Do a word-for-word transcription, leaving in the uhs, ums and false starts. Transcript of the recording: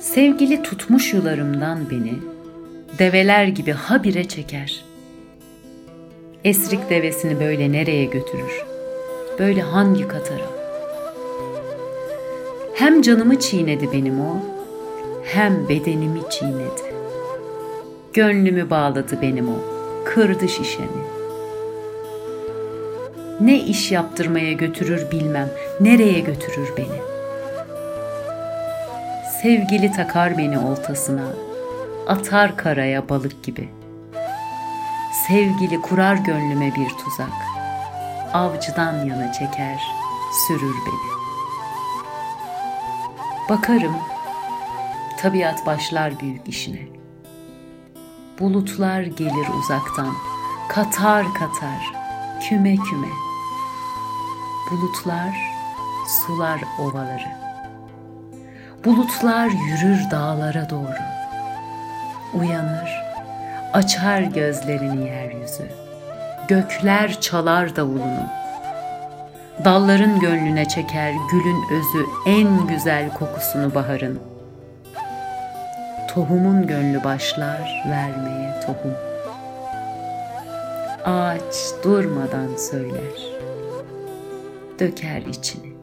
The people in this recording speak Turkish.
Sevgili tutmuş yularımdan beni, develer gibi habire çeker. Esrik devesini böyle nereye götürür? Böyle hangi katara? Hem canımı çiğnedi benim o, hem bedenimi çiğnedi. Gönlümü bağladı benim o, kırdı şişemi. Ne iş yaptırmaya götürür bilmem, nereye götürür beni? Sevgili takar beni oltasına, atar karaya balık gibi. Sevgili kurar gönlüme bir tuzak, avcıdan yana çeker, sürür beni. Bakarım, tabiat başlar büyük işine. Bulutlar gelir uzaktan, katar katar, küme küme. Bulutlar sular ovaları. Bulutlar yürür dağlara doğru. Uyanır, açar gözlerini yeryüzü. Gökler çalar davulunu. Dalların gönlüne çeker gülün özü en güzel kokusunu baharın. Tohumun gönlü başlar vermeye tohum. Ağaç durmadan söyler, döker içini.